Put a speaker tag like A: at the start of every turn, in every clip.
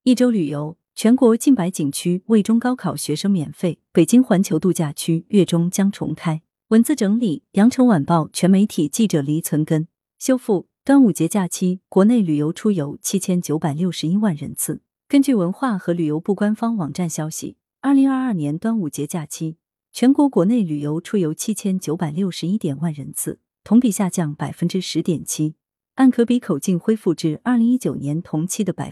A: 一周旅游，全国近100景区为中高考学生免费，北京环球度假区月中将重开。文字整理：羊城晚报全媒体记者黎存根。修复：端午节假期，国内旅游出游7961万人次。根据文化和旅游部官方网站消息，2022年端午节假期，全国国内旅游出游7961万人次，同比下降10.7%。按可比口径恢复至2019年同期的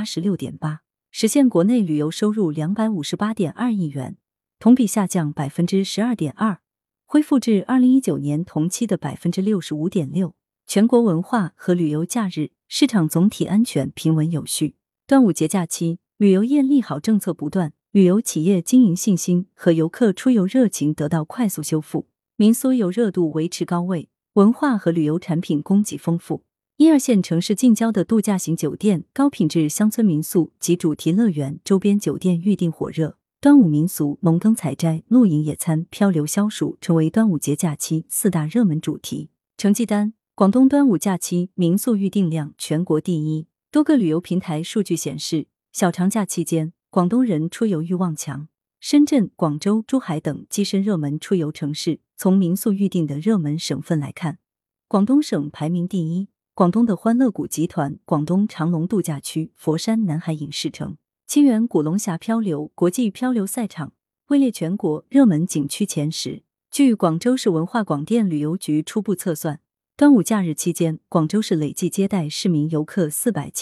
A: 86.8%，实现国内旅游收入258.2亿元，同比下降12.2%，恢复至2019年同期的65.6%。全国文化和旅游假日市场总体安全平稳有序。端午节假期，旅游业利好政策不断，旅游企业经营信心和游客出游热情得到快速修复，民宿游热度维持高位，文化和旅游产品供给丰富。1、2线城市近郊的度假型酒店、高品质乡村民宿及主题乐园周边酒店预订火热，端午民俗、农耕采摘、露营野餐、漂流消暑成为端午节假期4大热门主题。成绩单：广东端午假期民宿预订量全国第一。多个旅游平台数据显示，小长假期间，广东人出游欲望强。深圳、广州、珠海等跻身热门出游城市。从民宿预订的热门省份来看，广东省排名第一。广东的欢乐谷集团、广东长隆度假区、佛山南海影视城、清远古龙峡漂流国际漂流赛场位列全国热门景区前10。据广州市文化广电旅游局初步测算，端午假日期间，广州市累计接待市民游客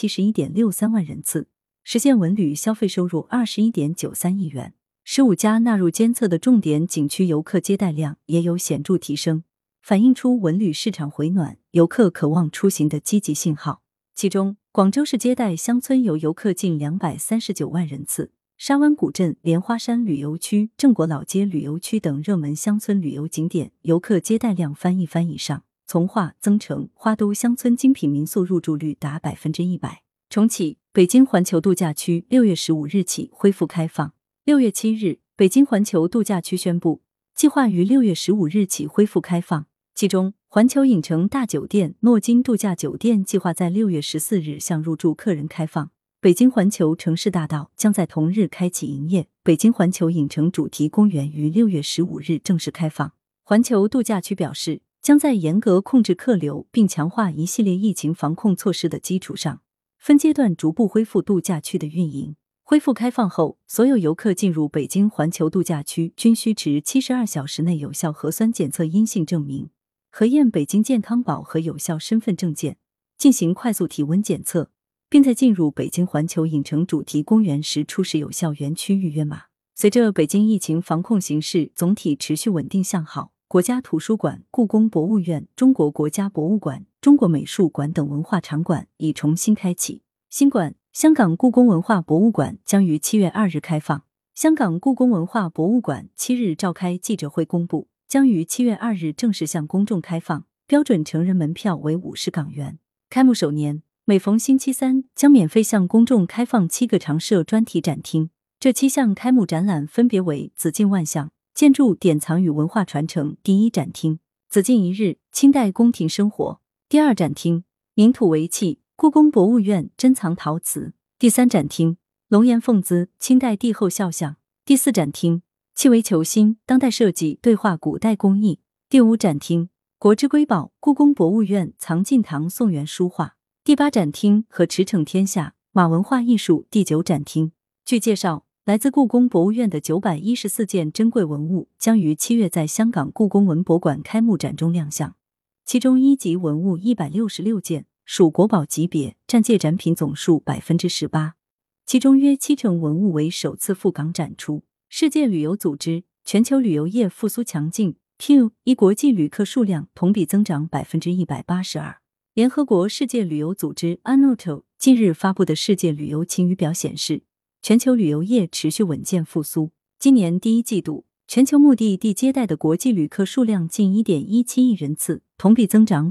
A: 471.63万人次，实现文旅消费收入21.93亿元。15家纳入监测的重点景区游客接待量也有显著提升，反映出文旅市场回暖、游客渴望出行的积极信号。其中，广州市接待乡村游客近239万人次，沙湾古镇、莲花山旅游区、正国老街旅游区等热门乡村旅游景点游客接待量翻一番以上。从化、增城、花都乡村精品民宿入住率达100%。重启，北京环球度假区6月15日起恢复开放。6月7日，北京环球度假区宣布，计划于6月15日起恢复开放。其中，环球影城大酒店、诺金度假酒店计划在6月14日向入住客人开放。北京环球城市大道将在同日开启营业。北京环球影城主题公园于6月15日正式开放。环球度假区表示，将在严格控制客流并强化一系列疫情防控措施的基础上，分阶段逐步恢复度假区的运营。恢复开放后，所有游客进入北京环球度假区均需持72小时内有效核酸检测阴性证明，核验北京健康宝和有效身份证件，进行快速体温检测，并在进入北京环球影城主题公园时出示有效园区预约码。随着北京疫情防控形势总体持续稳定向好，国家图书馆、故宫博物院、中国国家博物馆、中国美术馆等文化场馆已重新开启。新馆香港故宫文化博物馆将于7月2日开放。香港故宫文化博物馆7日召开记者会公布，将于7月2日正式向公众开放，标准成人门票为50港元。开幕首年，每逢星期三将免费向公众开放7个常设专题展厅。这7项开幕展览分别为紫禁万象、建筑典藏与文化传承第一展厅，紫禁一日，清代宫廷生活第二展厅，凝土为器，故宫博物院珍藏陶瓷第三展厅，龙颜凤姿，清代帝后肖像第四展厅，器为求新，当代设计对话古代工艺第五展厅，国之瑰宝，故宫博物院藏晋唐宋元书画第八展厅和驰骋天下马文化艺术第9展厅。据介绍，来自故宫博物院的914件珍贵文物将于7月在香港故宫文博馆开幕展中亮相，其中一级文物166件，属国宝级别，占届展品总数 18%， 其中约70%文物为首次赴港展出。世界旅游组织全球旅游业复苏强劲 Q1 国际旅客数量同比增长 182%。联合国世界旅游组织 UNOTO 近日发布的世界旅游晴雨表显示，全球旅游业持续稳健复苏。今年第一季度，全球目的地接待的国际旅客数量近 1.17 亿人次，同比增长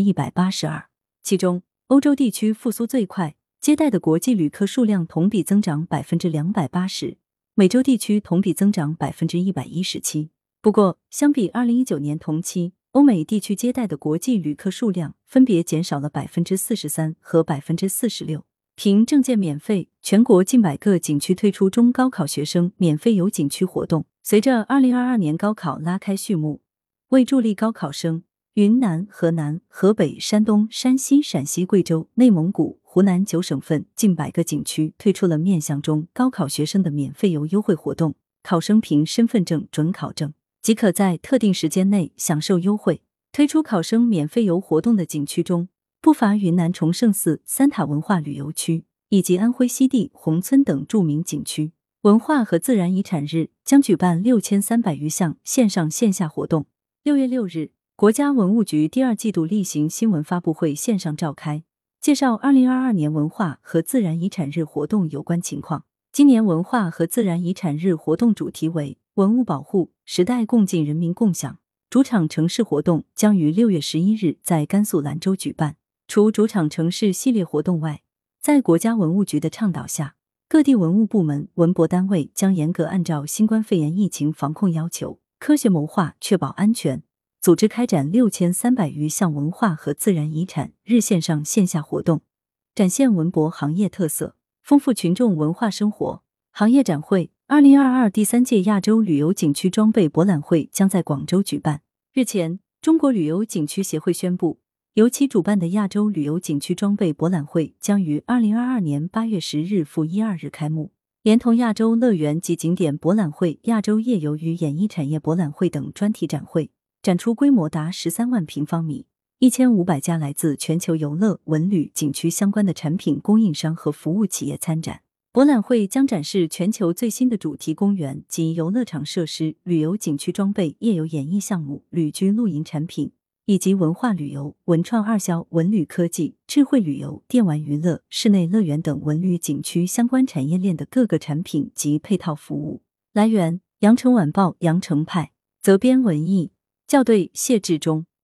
A: 182%。其中，欧洲地区复苏最快，接待的国际旅客数量同比增长 280%， 美洲地区同比增长 117%。不过，相比2019年同期，欧美地区接待的国际旅客数量分别减少了 43% 和 46%。 凭证件免费，全国近100个景区推出中高考学生免费游景区活动。随着2022年高考拉开序幕，为助力高考生，云南、河南、河北、山东、山西、陕西、贵州、内蒙古、湖南9省份近100个景区推出了面向中高考学生的免费游优惠活动。考生凭身份证、准考证即可在特定时间内享受优惠。推出考生免费游活动的景区中，不乏云南崇圣寺、三塔文化旅游区以及安徽西递、宏村等著名景区。文化和自然遗产日将举办6300余项线上线下活动。6月6日，国家文物局第2季度例行新闻发布会线上召开，介绍2022年文化和自然遗产日活动有关情况。今年文化和自然遗产日活动主题为文物保护，时代共进，人民共享。主场城市活动将于6月11日在甘肃兰州举办。除主场城市系列活动外，在国家文物局的倡导下，各地文物部门、文博单位将严格按照新冠肺炎疫情防控要求，科学谋划，确保安全，组织开展6300余项文化和自然遗产日线上线下活动，展现文博行业特色，丰富群众文化生活。行业展会2022第3届亚洲旅游景区装备博览会将在广州举办。日前，中国旅游景区协会宣布，由其主办的亚洲旅游景区装备博览会将于2022年8月10日赴12日开幕，连同亚洲乐园及景点博览会、亚洲夜游与演艺产业博览会等专题展会，展出规模达13万平方米，1500家来自全球游乐、文旅、景区相关的产品供应商和服务企业参展。博览会将展示全球最新的主题公园及游乐场设施、旅游景区装备、夜游演艺项目、旅居露营产品，以及文化旅游、文创二销、文旅科技、智慧旅游、电玩娱乐、室内乐园等文旅景区相关产业链的各个产品及配套服务。来源：羊城晚报羊城派，责编文艺，校对谢志忠。